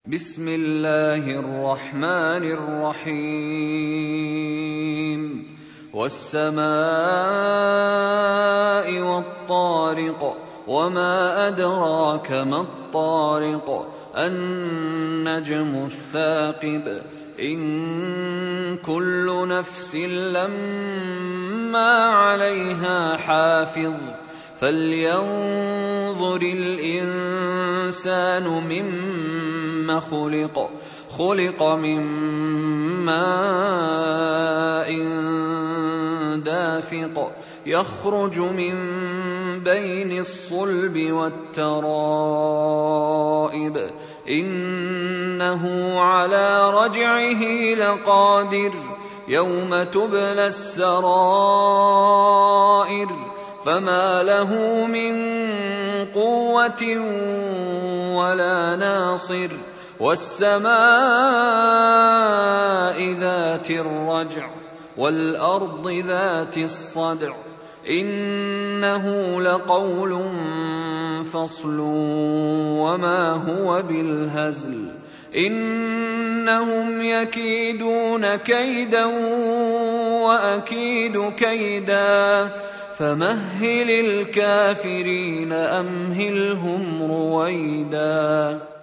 بسم الله الرحمن الرحيم والسماء والطارق وما أدراك ما الطارق النجم الثاقب إن كل نفس لما عليها حافظ فلينظر الإنسان مما خلق من ماء دافق يخرج من بين الصلب والترائب إنه على رجعه لقادر يوم تبلى السرائر فما له من قوة ولا ناصر والسماء ذات الرجع والأرض ذات الصدع إنه لقول فصل وما هو بالهزل إنهم يكيدون كيدا وأكيد كيدا فمهل الكافرين أمهلهم رويدا.